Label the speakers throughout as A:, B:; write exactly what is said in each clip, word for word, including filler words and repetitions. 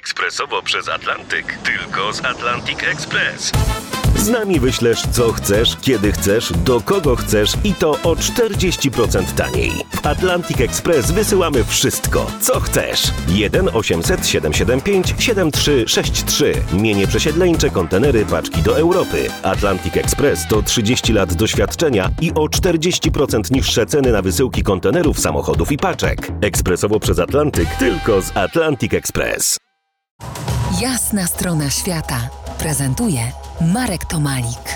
A: Ekspresowo przez Atlantyk. Tylko z Atlantic Express. Z nami wyślesz co chcesz, kiedy chcesz, do kogo chcesz i to o czterdzieści procent taniej. W Atlantic Express wysyłamy wszystko, co chcesz. jeden osiemset siedemset siedemdziesiąt pięć siedemdziesiąt trzy sześćdziesiąt trzy. Mienie przesiedleńcze, kontenery, paczki do Europy. Atlantic Express to trzydzieści lat doświadczenia i o czterdzieści procent niższe ceny na wysyłki kontenerów, samochodów i paczek. Ekspresowo przez Atlantyk, tylko z Atlantic Express.
B: Jasna strona świata prezentuje Marek Tomalik.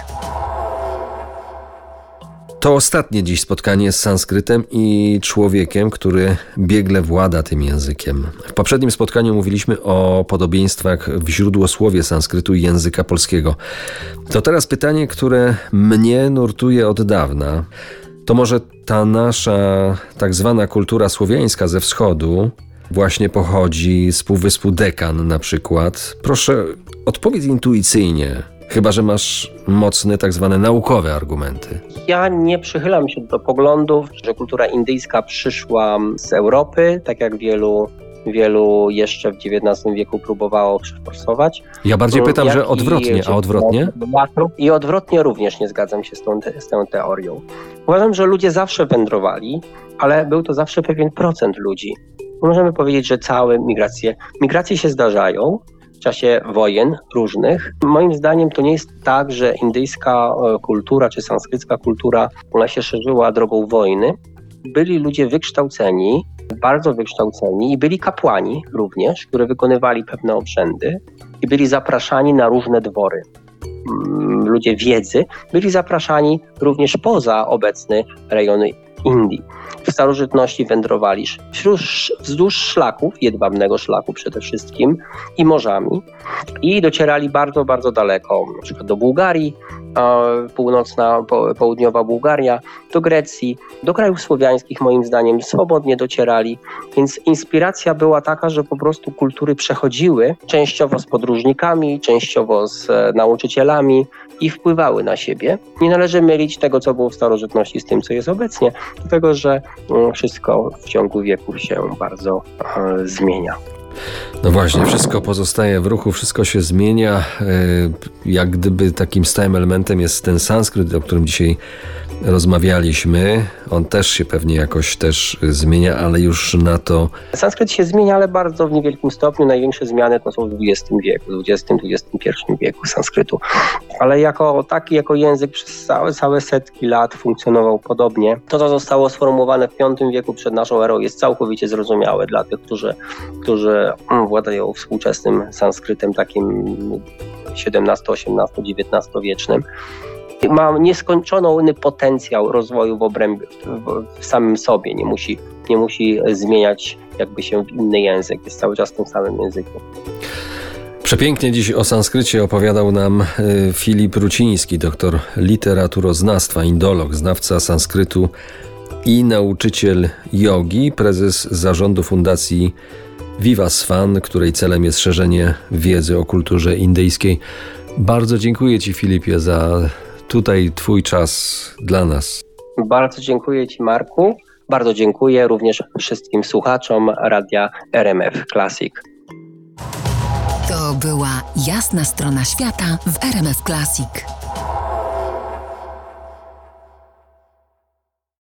C: To ostatnie dziś spotkanie z sanskrytem i człowiekiem, który biegle włada tym językiem. W poprzednim spotkaniu mówiliśmy o podobieństwach w źródłosłowie sanskrytu i języka polskiego. To teraz pytanie, które mnie nurtuje od dawna. To może ta nasza tak zwana kultura słowiańska ze wschodu właśnie pochodzi z półwyspu Dekan na przykład? Proszę, odpowiedz intuicyjnie. Chyba że masz mocne, tak zwane naukowe argumenty.
D: Ja nie przychylam się do poglądów, że kultura indyjska przyszła z Europy, tak jak wielu, wielu jeszcze w dziewiętnastym wieku próbowało przeforsować.
C: Ja bardziej pytam, że odwrotnie, a odwrotnie?
D: I odwrotnie również nie zgadzam się z tą, te, z tą teorią. Uważam, że ludzie zawsze wędrowali, ale był to zawsze pewien procent ludzi. Możemy powiedzieć, że całe migracje, migracje się zdarzają w czasie wojen różnych. Moim zdaniem to nie jest tak, że indyjska kultura czy sanskrycka kultura ona się szerzyła drogą wojny. Byli ludzie wykształceni, bardzo wykształceni i byli kapłani również, którzy wykonywali pewne obrzędy i byli zapraszani na różne dwory. Ludzie wiedzy byli zapraszani również poza obecny rejon Indii. W starożytności wędrowali wśród, wzdłuż szlaków, jedwabnego szlaku przede wszystkim i morzami i docierali bardzo, bardzo daleko, na przykład do Bułgarii, północna, po, południowa Bułgaria, do Grecji, do krajów słowiańskich moim zdaniem swobodnie docierali, więc inspiracja była taka, że po prostu kultury przechodziły częściowo z podróżnikami, częściowo z nauczycielami i wpływały na siebie. Nie należy mylić tego, co było w starożytności z tym, co jest obecnie, dlatego że wszystko w ciągu wieków się bardzo e, zmienia.
C: No właśnie, wszystko pozostaje w ruchu, wszystko się zmienia. Jak gdyby takim stałym elementem jest ten sanskryt, o którym dzisiaj rozmawialiśmy. On też się pewnie jakoś też zmienia, ale już na to...
D: Sanskryt się zmienia, ale bardzo w niewielkim stopniu. Największe zmiany to są w dwudziestym wieku, dwudziestym dwudziestym pierwszym wieku sanskrytu. Ale jako taki, jako język przez całe, całe setki lat funkcjonował podobnie. To, co zostało sformułowane w piątym wieku przed naszą erą, jest całkowicie zrozumiałe dla tych, którzy, którzy władają współczesnym sanskrytem takim siedemnasto-, osiemnasto-, dziewiętnastowiecznym. Ma nieskończony potencjał rozwoju w obrębie, w, w samym sobie. Nie musi, nie musi zmieniać jakby się w inny język. Jest cały czas tym samym językiem.
C: Przepięknie dziś o sanskrycie opowiadał nam Filip Ruciński, doktor literaturoznawstwa, indolog, znawca sanskrytu i nauczyciel jogi, prezes zarządu fundacji Vivasvan, której celem jest szerzenie wiedzy o kulturze indyjskiej. Bardzo dziękuję Ci, Filipie, za tutaj Twój czas dla nas.
D: Bardzo dziękuję Ci, Marku. Bardzo dziękuję również wszystkim słuchaczom Radia R M F Classic.
B: To była Jasna strona świata w R M F Classic.